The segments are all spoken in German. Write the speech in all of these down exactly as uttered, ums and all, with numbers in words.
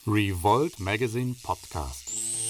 Revolt Magazine Podcast.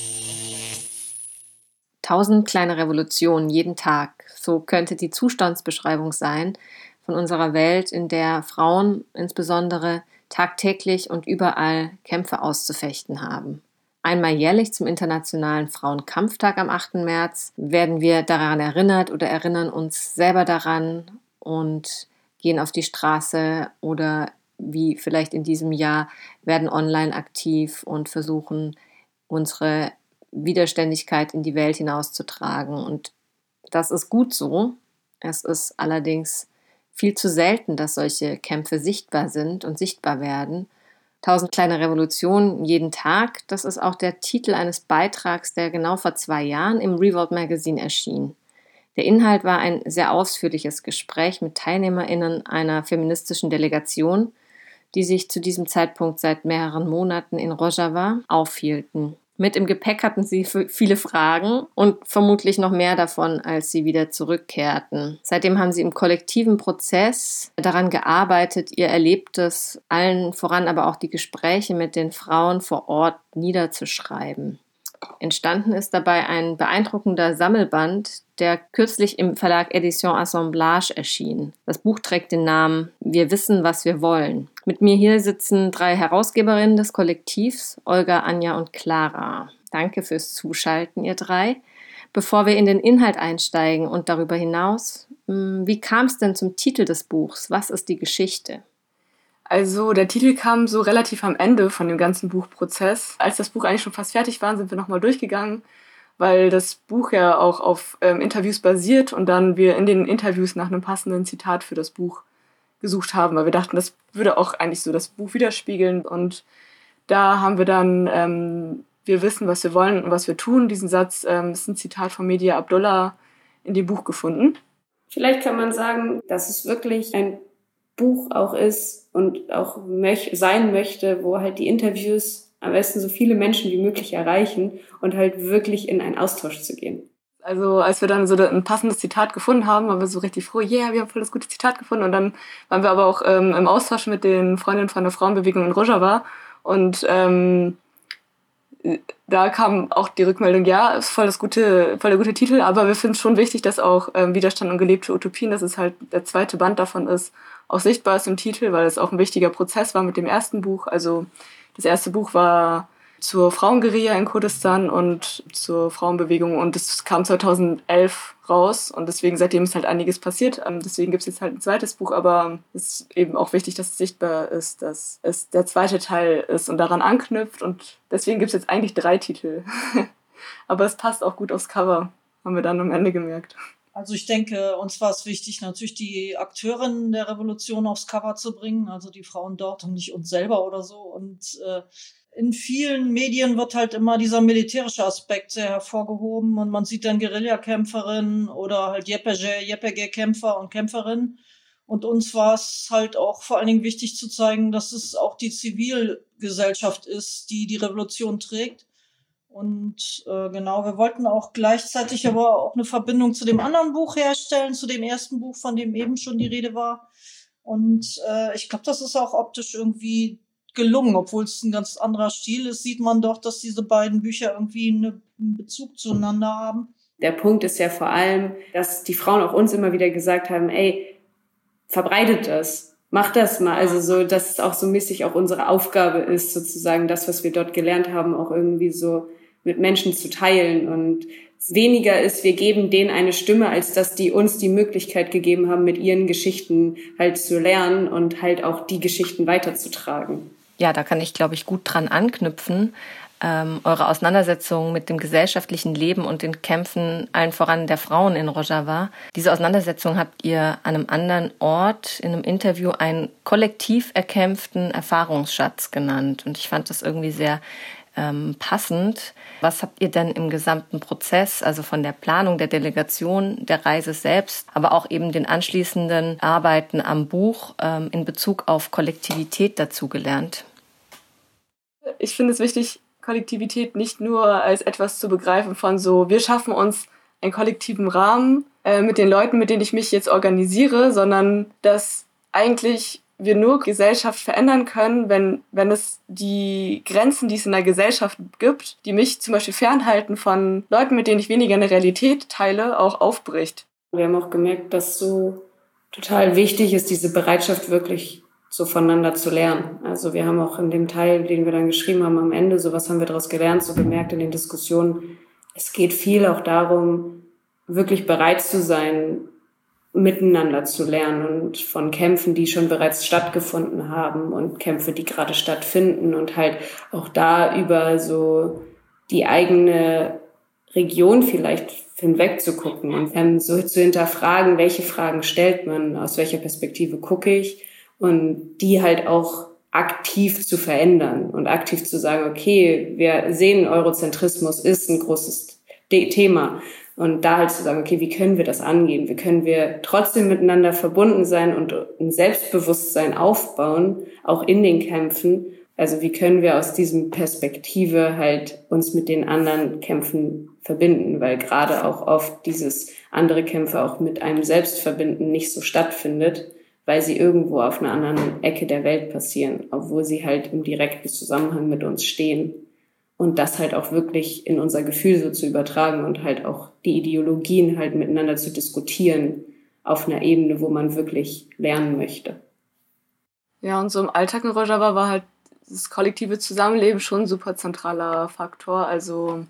Tausend kleine Revolutionen jeden Tag. So könnte die Zustandsbeschreibung sein von unserer Welt, in der Frauen insbesondere tagtäglich und überall Kämpfe auszufechten haben. Einmal jährlich zum Internationalen Frauenkampftag am achten März werden wir daran erinnert oder erinnern uns selber daran und gehen auf die Straße oder wie vielleicht in diesem Jahr werden online aktiv und versuchen, unsere Widerständigkeit in die Welt hinauszutragen. Und das ist gut so. Es ist allerdings viel zu selten, dass solche Kämpfe sichtbar sind und sichtbar werden. Tausend kleine Revolutionen jeden Tag, das ist auch der Titel eines Beitrags, der genau vor zwei Jahren im Revolt Magazine erschien. Der Inhalt war ein sehr ausführliches Gespräch mit TeilnehmerInnen einer feministischen Delegation, die sich zu diesem Zeitpunkt seit mehreren Monaten in Rojava aufhielten. Mit im Gepäck hatten sie viele Fragen und vermutlich noch mehr davon, als sie wieder zurückkehrten. Seitdem haben sie im kollektiven Prozess daran gearbeitet, ihr Erlebtes, allen voran aber auch die Gespräche mit den Frauen vor Ort niederzuschreiben. Entstanden ist dabei ein beeindruckender Sammelband, der kürzlich im Verlag Edition Assemblage erschien. Das Buch trägt den Namen Wir wissen, was wir wollen. Mit mir hier sitzen drei Herausgeberinnen des Kollektivs, Olga, Anja und Clara. Danke fürs Zuschalten, ihr drei. Bevor wir in den Inhalt einsteigen und darüber hinaus, wie kam es denn zum Titel des Buchs? Was ist die Geschichte? Also der Titel kam so relativ am Ende von dem ganzen Buchprozess. Als das Buch eigentlich schon fast fertig war, sind wir nochmal durchgegangen, weil das Buch ja auch auf ähm, Interviews basiert und dann wir in den Interviews nach einem passenden Zitat für das Buch gesucht haben, weil wir dachten, das würde auch eigentlich so das Buch widerspiegeln. Und da haben wir dann ähm, wir wissen, was wir wollen und was wir tun. Diesen Satz ähm, ist ein Zitat von Media Abdullah in dem Buch gefunden. Vielleicht kann man sagen, dass es wirklich ein Buch auch ist und auch möch- sein möchte, wo halt die Interviews am besten so viele Menschen wie möglich erreichen und halt wirklich in einen Austausch zu gehen. Also als wir dann so ein passendes Zitat gefunden haben, waren wir so richtig froh, yeah, wir haben voll das gute Zitat gefunden. Und dann waren wir aber auch ähm, im Austausch mit den Freundinnen von der Frauenbewegung in Rojava und ähm, da kam auch die Rückmeldung, ja, ist voll das gute, voll der gute Titel, aber wir finden es schon wichtig, dass auch ähm, Widerstand und gelebte Utopien, dass es halt der zweite Band davon ist, auch sichtbar ist im Titel, weil es auch ein wichtiger Prozess war mit dem ersten Buch. Also das erste Buch war zur Frauenguerilla in Kurdistan und zur Frauenbewegung und es kam zweitausendelf raus und deswegen seitdem ist halt einiges passiert. Deswegen gibt es jetzt halt ein zweites Buch, aber es ist eben auch wichtig, dass es sichtbar ist, dass es der zweite Teil ist und daran anknüpft und deswegen gibt es jetzt eigentlich drei Titel. Aber es passt auch gut aufs Cover, haben wir dann am Ende gemerkt. Also ich denke, uns war es wichtig, natürlich die Akteurinnen der Revolution aufs Cover zu bringen, also die Frauen dort und nicht uns selber oder so. Und äh, in vielen Medien wird halt immer dieser militärische Aspekt sehr hervorgehoben und man sieht dann Guerillakämpferinnen oder halt Y P G, Y P G-Kämpfer und Kämpferinnen. Und uns war es halt auch vor allen Dingen wichtig zu zeigen, dass es auch die Zivilgesellschaft ist, die die Revolution trägt. Und äh, genau, wir wollten auch gleichzeitig aber auch eine Verbindung zu dem anderen Buch herstellen, zu dem ersten Buch, von dem eben schon die Rede war. Und äh, ich glaube, das ist auch optisch irgendwie gelungen, obwohl es ein ganz anderer Stil ist, sieht man doch, dass diese beiden Bücher irgendwie eine, einen Bezug zueinander haben. Der Punkt ist ja vor allem, dass die Frauen auch uns immer wieder gesagt haben, ey, verbreitet das, macht das mal. Also so, dass es auch so mäßig auch unsere Aufgabe ist, sozusagen das, was wir dort gelernt haben, auch irgendwie so mit Menschen zu teilen und weniger ist, wir geben denen eine Stimme, als dass die uns die Möglichkeit gegeben haben, mit ihren Geschichten halt zu lernen und halt auch die Geschichten weiterzutragen. Ja, da kann ich, glaube ich, gut dran anknüpfen. Ähm, eure Auseinandersetzung mit dem gesellschaftlichen Leben und den Kämpfen, allen voran der Frauen in Rojava. Diese Auseinandersetzung habt ihr an einem anderen Ort in einem Interview einen kollektiv erkämpften Erfahrungsschatz genannt. Und ich fand das irgendwie sehr ähm, passend. Was habt ihr denn im gesamten Prozess, also von der Planung der Delegation, der Reise selbst, aber auch eben den anschließenden Arbeiten am Buch ähm, in Bezug auf Kollektivität dazu gelernt? Ich finde es wichtig, Kollektivität nicht nur als etwas zu begreifen von so, wir schaffen uns einen kollektiven Rahmen äh, mit den Leuten, mit denen ich mich jetzt organisiere, sondern dass eigentlich wir nur Gesellschaft verändern können, wenn, wenn es die Grenzen, die es in der Gesellschaft gibt, die mich zum Beispiel fernhalten von Leuten, mit denen ich weniger eine Realität teile, auch aufbricht. Wir haben auch gemerkt, dass so total wichtig ist, diese Bereitschaft wirklich so voneinander zu lernen. Also wir haben auch in dem Teil, den wir dann geschrieben haben am Ende, so was haben wir daraus gelernt, so gemerkt in den Diskussionen, es geht viel auch darum, wirklich bereit zu sein, miteinander zu lernen und von Kämpfen, die schon bereits stattgefunden haben und Kämpfe, die gerade stattfinden und halt auch da über so die eigene Region vielleicht hinweg zu gucken und ähm, so zu hinterfragen, welche Fragen stellt man, aus welcher Perspektive gucke ich und die halt auch aktiv zu verändern und aktiv zu sagen, okay, wir sehen, Eurozentrismus ist ein großes De- Thema. Und da halt zu sagen, okay, wie können wir das angehen? Wie können wir trotzdem miteinander verbunden sein und ein Selbstbewusstsein aufbauen, auch in den Kämpfen? Also wie können wir aus diesem Perspektive halt uns mit den anderen Kämpfen verbinden? Weil gerade auch oft dieses andere Kämpfe auch mit einem selbst verbinden nicht so stattfindet, weil sie irgendwo auf einer anderen Ecke der Welt passieren, obwohl sie halt im direkten Zusammenhang mit uns stehen. Und das halt auch wirklich in unser Gefühl so zu übertragen und halt auch die Ideologien halt miteinander zu diskutieren auf einer Ebene, wo man wirklich lernen möchte. Ja, und so im Alltag in Rojava war halt das kollektive Zusammenleben schon ein super zentraler Faktor. Also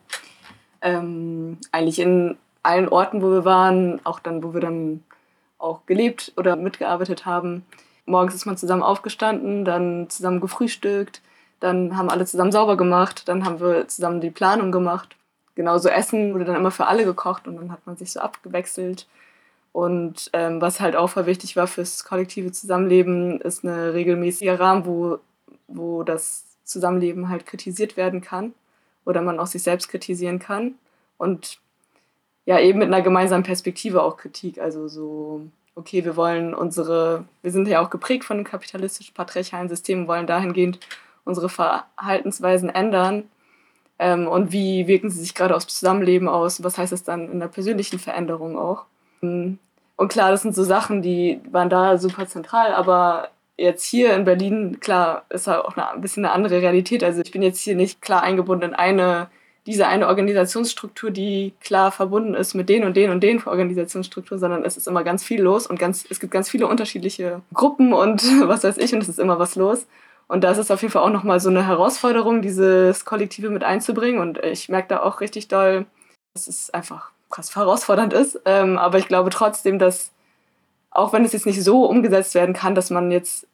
ähm, eigentlich in allen Orten, wo wir waren, auch dann, wo wir dann auch gelebt oder mitgearbeitet haben. Morgens ist man zusammen aufgestanden, dann zusammen gefrühstückt, dann haben alle zusammen sauber gemacht, dann haben wir zusammen die Planung gemacht. Genauso Essen wurde dann immer für alle gekocht und dann hat man sich so abgewechselt. Und ähm, was halt auch voll wichtig war fürs kollektive Zusammenleben, ist ein regelmäßiger Rahmen, wo, wo das Zusammenleben halt kritisiert werden kann oder man auch sich selbst kritisieren kann. Und ja, eben mit einer gemeinsamen Perspektive auch Kritik. Also so, okay, wir wollen unsere, wir sind ja auch geprägt von einem kapitalistisch-patriarchalen System, wollen dahingehend unsere Verhaltensweisen ändern. Ähm, und wie wirken sie sich gerade aufs Zusammenleben aus? Was heißt das dann in der persönlichen Veränderung auch? Und klar, das sind so Sachen, die waren da super zentral, aber jetzt hier in Berlin, klar, ist halt auch eine, ein bisschen eine andere Realität. Also ich bin jetzt hier nicht klar eingebunden in eine, diese eine Organisationsstruktur, die klar verbunden ist mit den und den und den Organisationsstrukturen, sondern es ist immer ganz viel los und ganz, es gibt ganz viele unterschiedliche Gruppen und was weiß ich und es ist immer was los. Und da ist es auf jeden Fall auch nochmal so eine Herausforderung, dieses Kollektive mit einzubringen. Und ich merke da auch richtig doll, dass es einfach krass herausfordernd ist. Ähm, aber ich glaube trotzdem, dass, auch wenn es jetzt nicht so umgesetzt werden kann, dass man jetzt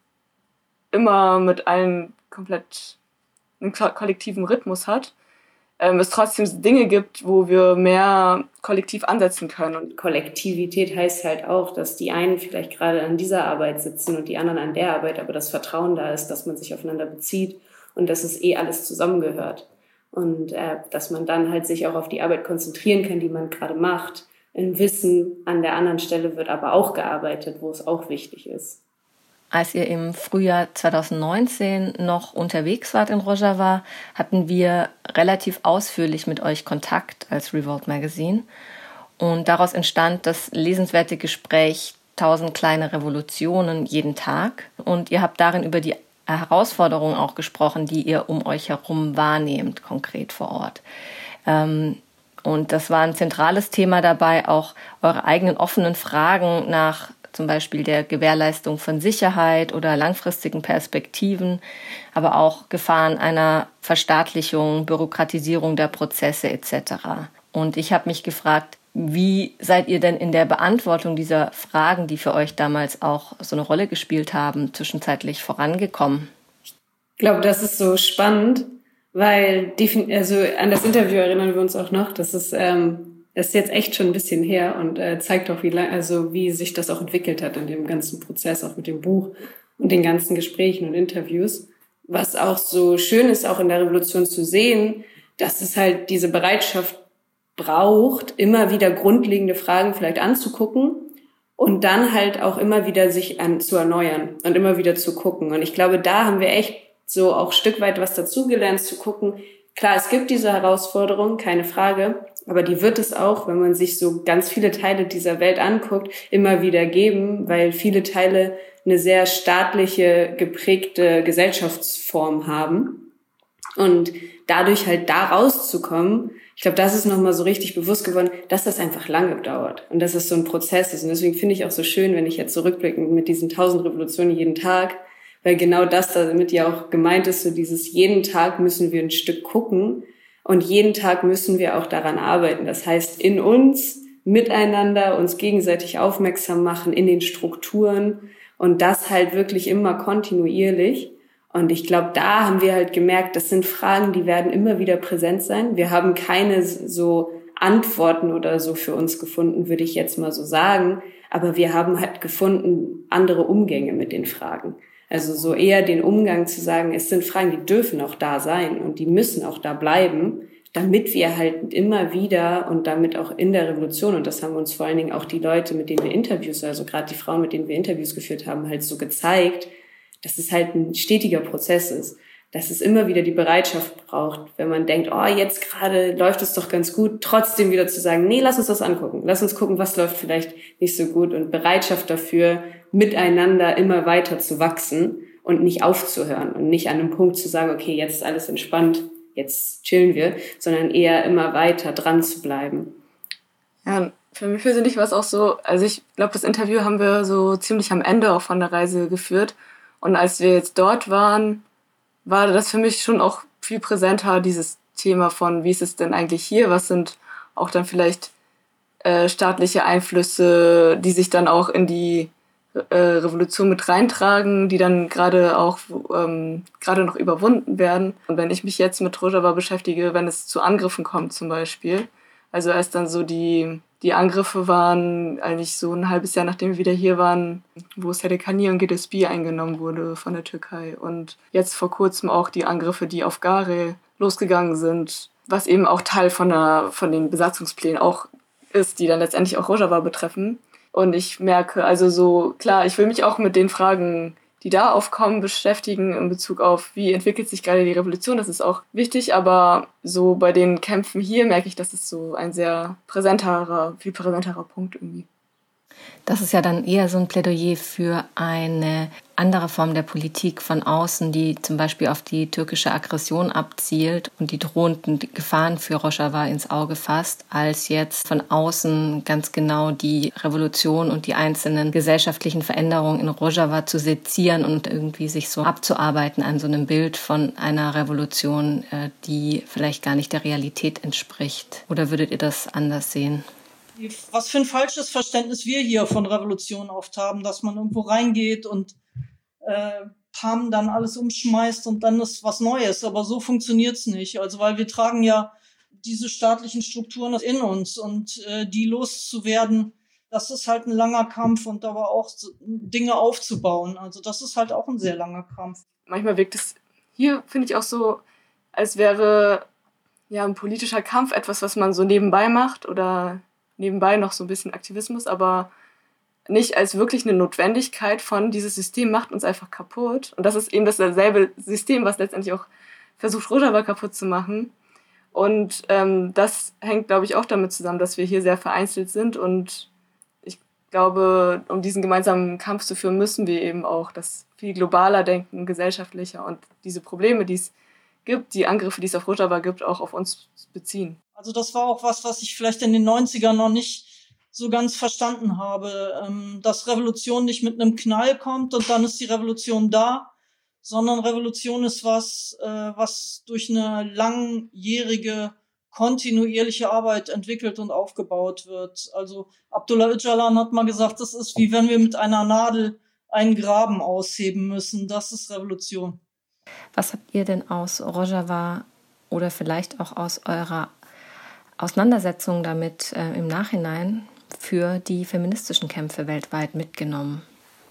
immer mit allen komplett einen kollektiven Rhythmus hat, ähm, es trotzdem Dinge gibt, wo wir mehr kollektiv ansetzen können. Und Kollektivität heißt halt auch, dass die einen vielleicht gerade an dieser Arbeit sitzen und die anderen an der Arbeit, aber das Vertrauen da ist, dass man sich aufeinander bezieht und dass es eh alles zusammengehört. Und äh, dass man dann halt sich auch auf die Arbeit konzentrieren kann, die man gerade macht. Im Wissen, an der anderen Stelle wird aber auch gearbeitet, wo es auch wichtig ist. Als ihr im Frühjahr zwanzig neunzehn noch unterwegs wart in Rojava, hatten wir relativ ausführlich mit euch Kontakt als Revolt Magazine. Und daraus entstand das lesenswerte Gespräch tausend kleine Revolutionen jeden Tag. Und ihr habt darin über die Herausforderungen auch gesprochen, die ihr um euch herum wahrnehmt, konkret vor Ort. Ähm, und das war ein zentrales Thema dabei, auch eure eigenen offenen Fragen nach zum Beispiel der Gewährleistung von Sicherheit oder langfristigen Perspektiven, aber auch Gefahren einer Verstaatlichung, Bürokratisierung der Prozesse et cetera. Und ich habe mich gefragt, wie seid ihr denn in der Beantwortung dieser Fragen, die für euch damals auch so eine Rolle gespielt haben, zwischenzeitlich vorangekommen? Ich glaube, das ist so spannend, weil also an das Interview erinnern wir uns auch noch, das ist, ähm, das ist jetzt echt schon ein bisschen her und äh, zeigt auch, wie lang, also wie sich das auch entwickelt hat in dem ganzen Prozess, auch mit dem Buch und den ganzen Gesprächen und Interviews. Was auch so schön ist, auch in der Revolution zu sehen, dass es halt diese Bereitschaft braucht, immer wieder grundlegende Fragen vielleicht anzugucken und dann halt auch immer wieder sich an, zu erneuern und immer wieder zu gucken. Und ich glaube, da haben wir echt so auch ein Stück weit was dazugelernt, zu gucken, Klar, es gibt diese Herausforderung, keine Frage, aber die wird es auch, wenn man sich so ganz viele Teile dieser Welt anguckt, immer wieder geben, weil viele Teile eine sehr staatliche, geprägte Gesellschaftsform haben. Und dadurch halt da rauszukommen, ich glaube, das ist nochmal so richtig bewusst geworden, dass das einfach lange dauert und dass es so ein Prozess ist. Und deswegen finde ich auch so schön, wenn ich jetzt zurückblicke mit diesen tausend Revolutionen jeden Tag, weil genau das damit ja auch gemeint ist, so dieses jeden Tag müssen wir ein Stück gucken und jeden Tag müssen wir auch daran arbeiten. Das heißt, in uns, miteinander, uns gegenseitig aufmerksam machen, in den Strukturen und das halt wirklich immer kontinuierlich. Und ich glaube, da haben wir halt gemerkt, das sind Fragen, die werden immer wieder präsent sein. Wir haben keine so Antworten oder so für uns gefunden, würde ich jetzt mal so sagen. Aber wir haben halt gefunden, andere Umgänge mit den Fragen. Also so eher den Umgang zu sagen, es sind Fragen, die dürfen auch da sein und die müssen auch da bleiben, damit wir halt immer wieder und damit auch in der Revolution, und das haben uns vor allen Dingen auch die Leute, mit denen wir Interviews, also gerade die Frauen, mit denen wir Interviews geführt haben, halt so gezeigt, dass es halt ein stetiger Prozess ist, dass es immer wieder die Bereitschaft braucht, wenn man denkt, oh, jetzt gerade läuft es doch ganz gut, trotzdem wieder zu sagen, nee, lass uns das angucken, lass uns gucken, was läuft vielleicht nicht so gut und Bereitschaft dafür, miteinander immer weiter zu wachsen und nicht aufzuhören und nicht an einem Punkt zu sagen, okay, jetzt ist alles entspannt, jetzt chillen wir, sondern eher immer weiter dran zu bleiben. Ja, für mich persönlich war es auch so, also ich glaube, das Interview haben wir so ziemlich am Ende auch von der Reise geführt. Und als wir jetzt dort waren, war das für mich schon auch viel präsenter, dieses Thema von, wie ist es denn eigentlich hier? Was sind auch dann vielleicht äh, staatliche Einflüsse, die sich dann auch in die äh, Revolution mit reintragen, die dann gerade auch ähm, gerade noch überwunden werden. Und wenn ich mich jetzt mit Rojava beschäftige, wenn es zu Angriffen kommt zum Beispiel, also als dann so die Die Angriffe waren eigentlich so ein halbes Jahr, nachdem wir wieder hier waren, wo Serikani und Gidesbi eingenommen wurde von der Türkei. Und jetzt vor kurzem auch die Angriffe, die auf Gare losgegangen sind, was eben auch Teil von, der, von den Besatzungsplänen auch ist, die dann letztendlich auch Rojava betreffen. Und ich merke, also so, klar, ich will mich auch mit den Fragen, die da aufkommen, beschäftigen in Bezug auf, wie entwickelt sich gerade die Revolution. Das ist auch wichtig, aber so bei den Kämpfen hier merke ich, dass es so ein sehr präsenterer, viel präsenterer Punkt irgendwie. Das ist ja dann eher so ein Plädoyer für eine andere Form der Politik von außen, die zum Beispiel auf die türkische Aggression abzielt und die drohenden Gefahren für Rojava ins Auge fasst, als jetzt von außen ganz genau die Revolution und die einzelnen gesellschaftlichen Veränderungen in Rojava zu sezieren und irgendwie sich so abzuarbeiten an so einem Bild von einer Revolution, die vielleicht gar nicht der Realität entspricht. Oder würdet ihr das anders sehen? Was für ein falsches Verständnis wir hier von Revolution oft haben, dass man irgendwo reingeht und äh, Pam dann alles umschmeißt und dann ist was Neues. Aber so funktioniert's nicht. Also weil wir tragen ja diese staatlichen Strukturen in uns und äh, die loszuwerden, das ist halt ein langer Kampf und aber auch so Dinge aufzubauen. Also das ist halt auch ein sehr langer Kampf. Manchmal wirkt es hier, finde ich, auch so, als wäre ja ein politischer Kampf etwas, was man so nebenbei macht oder nebenbei noch so ein bisschen Aktivismus, aber nicht als wirklich eine Notwendigkeit von, dieses System macht uns einfach kaputt. Und das ist eben dasselbe System, was letztendlich auch versucht, Rojava kaputt zu machen. Und ähm, das hängt, glaube ich, auch damit zusammen, dass wir hier sehr vereinzelt sind. Und ich glaube, um diesen gemeinsamen Kampf zu führen, müssen wir eben auch das viel globaler denken, gesellschaftlicher und diese Probleme, die es gibt, die Angriffe, die es auf Rojava gibt, auch auf uns beziehen. Also das war auch was, was ich vielleicht in den neunzigern noch nicht so ganz verstanden habe, ähm, dass Revolution nicht mit einem Knall kommt und dann ist die Revolution da, sondern Revolution ist was, äh, was durch eine langjährige, kontinuierliche Arbeit entwickelt und aufgebaut wird. Also Abdullah Öcalan hat mal gesagt, das ist wie wenn wir mit einer Nadel einen Graben ausheben müssen. Das ist Revolution. Was habt ihr denn aus Rojava oder vielleicht auch aus eurer Auseinandersetzung damit äh, im Nachhinein für die feministischen Kämpfe weltweit mitgenommen?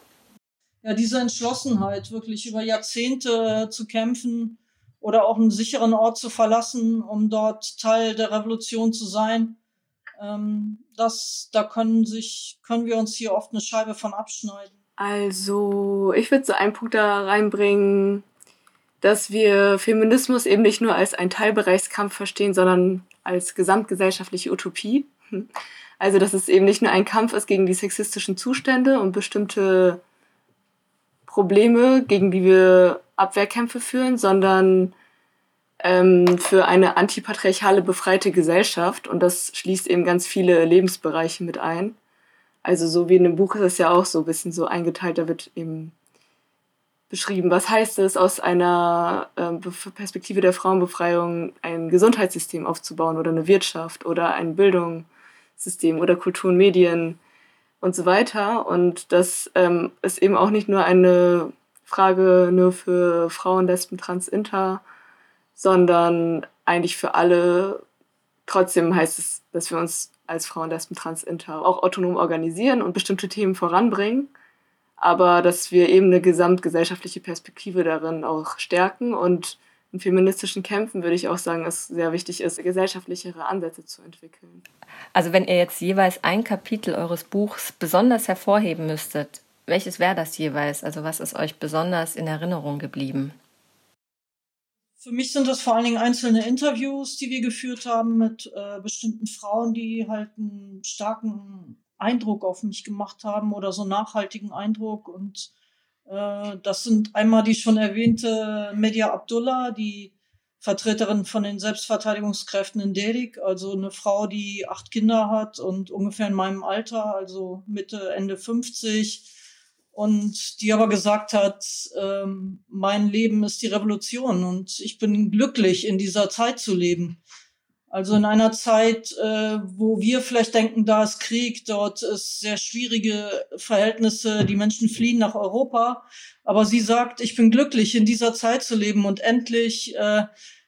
Ja, diese Entschlossenheit, wirklich über Jahrzehnte äh, zu kämpfen oder auch einen sicheren Ort zu verlassen, um dort Teil der Revolution zu sein, ähm, das, da können sich, können wir uns hier oft eine Scheibe von abschneiden. Also, ich würde so einen Punkt da reinbringen, dass wir Feminismus eben nicht nur als einen Teilbereichskampf verstehen, sondern als gesamtgesellschaftliche Utopie. Also dass es eben nicht nur ein Kampf ist gegen die sexistischen Zustände und bestimmte Probleme, gegen die wir Abwehrkämpfe führen, sondern ähm, für eine antipatriarchale, befreite Gesellschaft. Und das schließt eben ganz viele Lebensbereiche mit ein. Also so wie in dem Buch ist es ja auch so ein bisschen so eingeteilt, da wird eben beschrieben, was heißt es, aus einer ähm, Perspektive der Frauenbefreiung ein Gesundheitssystem aufzubauen oder eine Wirtschaft oder ein Bildungssystem oder Kultur und Medien und so weiter. Und das ähm, ist eben auch nicht nur eine Frage nur für Frauen, Lesben, Trans, Inter, sondern eigentlich für alle. Trotzdem heißt es, dass wir uns als Frauen, Lesben, Trans, Inter auch autonom organisieren und bestimmte Themen voranbringen, aber dass wir eben eine gesamtgesellschaftliche Perspektive darin auch stärken. Und in feministischen Kämpfen würde ich auch sagen, es sehr wichtig ist, gesellschaftlichere Ansätze zu entwickeln. Also wenn ihr jetzt jeweils ein Kapitel eures Buchs besonders hervorheben müsstet, welches wäre das jeweils? Also was ist euch besonders in Erinnerung geblieben? Für mich sind das vor allen Dingen einzelne Interviews, die wir geführt haben mit äh, bestimmten Frauen, die halt einen starken Eindruck auf mich gemacht haben oder so nachhaltigen Eindruck. Und äh, das sind einmal die schon erwähnte Medya Abdullah, die Vertreterin von den Selbstverteidigungskräften in Derik, also eine Frau, die acht Kinder hat und ungefähr in meinem Alter, also Mitte, Ende fünfzig, und die aber gesagt hat, ähm, mein Leben ist die Revolution und ich bin glücklich, in dieser Zeit zu leben. Also in einer Zeit, äh, wo wir vielleicht denken, da ist Krieg, dort ist sehr schwierige Verhältnisse, die Menschen fliehen nach Europa. Aber sie sagt, ich bin glücklich, in dieser Zeit zu leben und endlich äh,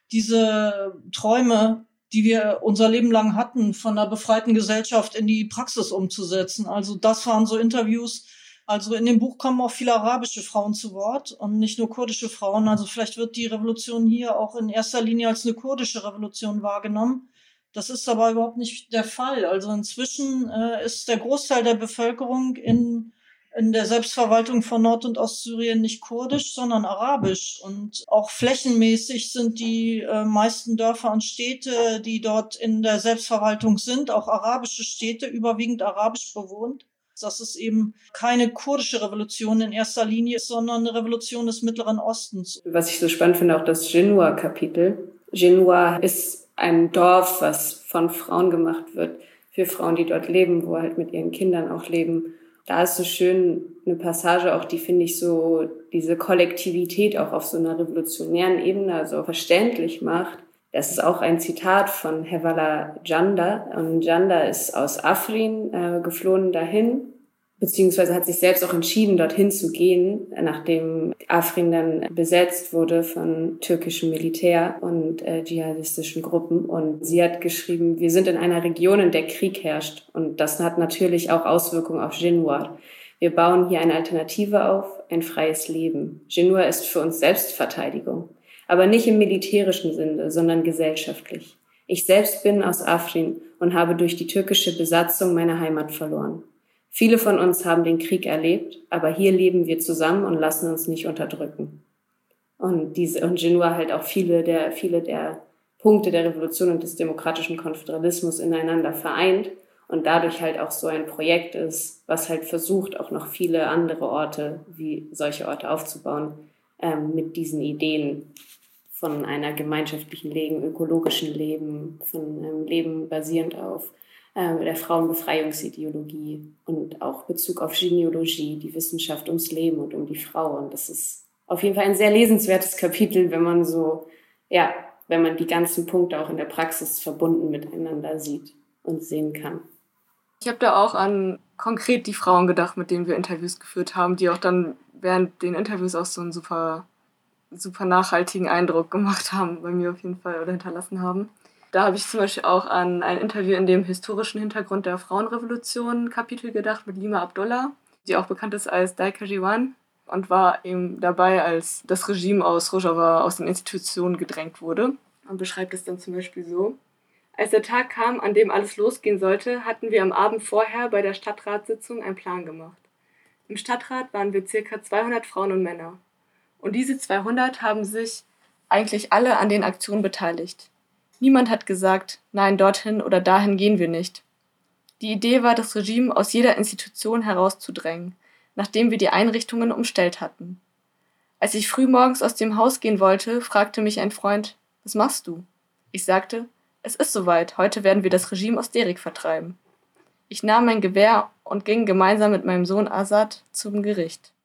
diese Träume, die wir unser Leben lang hatten, von einer befreiten Gesellschaft in die Praxis umzusetzen. Also das waren so Interviews. Also in dem Buch kommen auch viele arabische Frauen zu Wort und nicht nur kurdische Frauen. Also vielleicht wird die Revolution hier auch in erster Linie als eine kurdische Revolution wahrgenommen. Das ist aber überhaupt nicht der Fall. Also inzwischen äh, ist der Großteil der Bevölkerung in, in der Selbstverwaltung von Nord- und Ostsyrien nicht kurdisch, sondern arabisch. Und auch flächenmäßig sind die äh, meisten Dörfer und Städte, die dort in der Selbstverwaltung sind, auch arabische Städte, überwiegend arabisch bewohnt. Dass es eben keine kurdische Revolution in erster Linie ist, sondern eine Revolution des Mittleren Ostens. Was ich so spannend finde, auch das Genua-Kapitel. Genua ist ein Dorf, was von Frauen gemacht wird, für Frauen, die dort leben, wo halt mit ihren Kindern auch leben. Da ist so schön eine Passage auch, die finde ich so diese Kollektivität auch auf so einer revolutionären Ebene also verständlich macht. Das ist auch ein Zitat von Hevala Janda. Und Janda ist aus Afrin äh, geflohen dahin, beziehungsweise hat sich selbst auch entschieden, dorthin zu gehen, nachdem Afrin dann besetzt wurde von türkischem Militär und äh, dschihadistischen Gruppen. Und sie hat geschrieben, wir sind in einer Region, in der Krieg herrscht. Und das hat natürlich auch Auswirkungen auf Genua. Wir bauen hier eine Alternative auf, ein freies Leben. Genua ist für uns Selbstverteidigung. Aber nicht im militärischen Sinne, sondern gesellschaftlich. Ich selbst bin aus Afrin und habe durch die türkische Besatzung meine Heimat verloren. Viele von uns haben den Krieg erlebt, aber hier leben wir zusammen und lassen uns nicht unterdrücken. Und diese und Genua halt auch viele der viele der Punkte der Revolution und des demokratischen Konföderalismus ineinander vereint und dadurch halt auch so ein Projekt ist, was halt versucht, auch noch viele andere Orte wie solche Orte aufzubauen, ähm, mit diesen Ideen von einer gemeinschaftlichen Leben, ökologischen Leben, von einem Leben basierend auf äh, der Frauenbefreiungsideologie und auch Bezug auf Genealogie, die Wissenschaft ums Leben und um die Frau. Und das ist auf jeden Fall ein sehr lesenswertes Kapitel, wenn man so, ja, wenn man die ganzen Punkte auch in der Praxis verbunden miteinander sieht und sehen kann. Ich habe da auch an konkret die Frauen gedacht, mit denen wir Interviews geführt haben, die auch dann während den Interviews auch so einen super super nachhaltigen Eindruck gemacht haben, bei mir auf jeden Fall, oder hinterlassen haben. Da habe ich zum Beispiel auch an ein Interview in dem historischen Hintergrund der Frauenrevolution Kapitel gedacht mit Lima Abdullah, die auch bekannt ist als Daika Jiwan und war eben dabei, als das Regime aus Rojava aus den Institutionen gedrängt wurde und beschreibt es dann zum Beispiel so: Als der Tag kam, an dem alles losgehen sollte, hatten wir am Abend vorher bei der Stadtratssitzung einen Plan gemacht. Im Stadtrat waren wir circa zweihundert Frauen und Männer. Und diese zweihundert haben sich eigentlich alle an den Aktionen beteiligt. Niemand hat gesagt, nein, dorthin oder dahin gehen wir nicht. Die Idee war, das Regime aus jeder Institution herauszudrängen, nachdem wir die Einrichtungen umstellt hatten. Als ich frühmorgens aus dem Haus gehen wollte, fragte mich ein Freund, was machst du? Ich sagte, es ist soweit, heute werden wir das Regime aus Derik vertreiben. Ich nahm mein Gewehr und ging gemeinsam mit meinem Sohn Azad zum Gericht.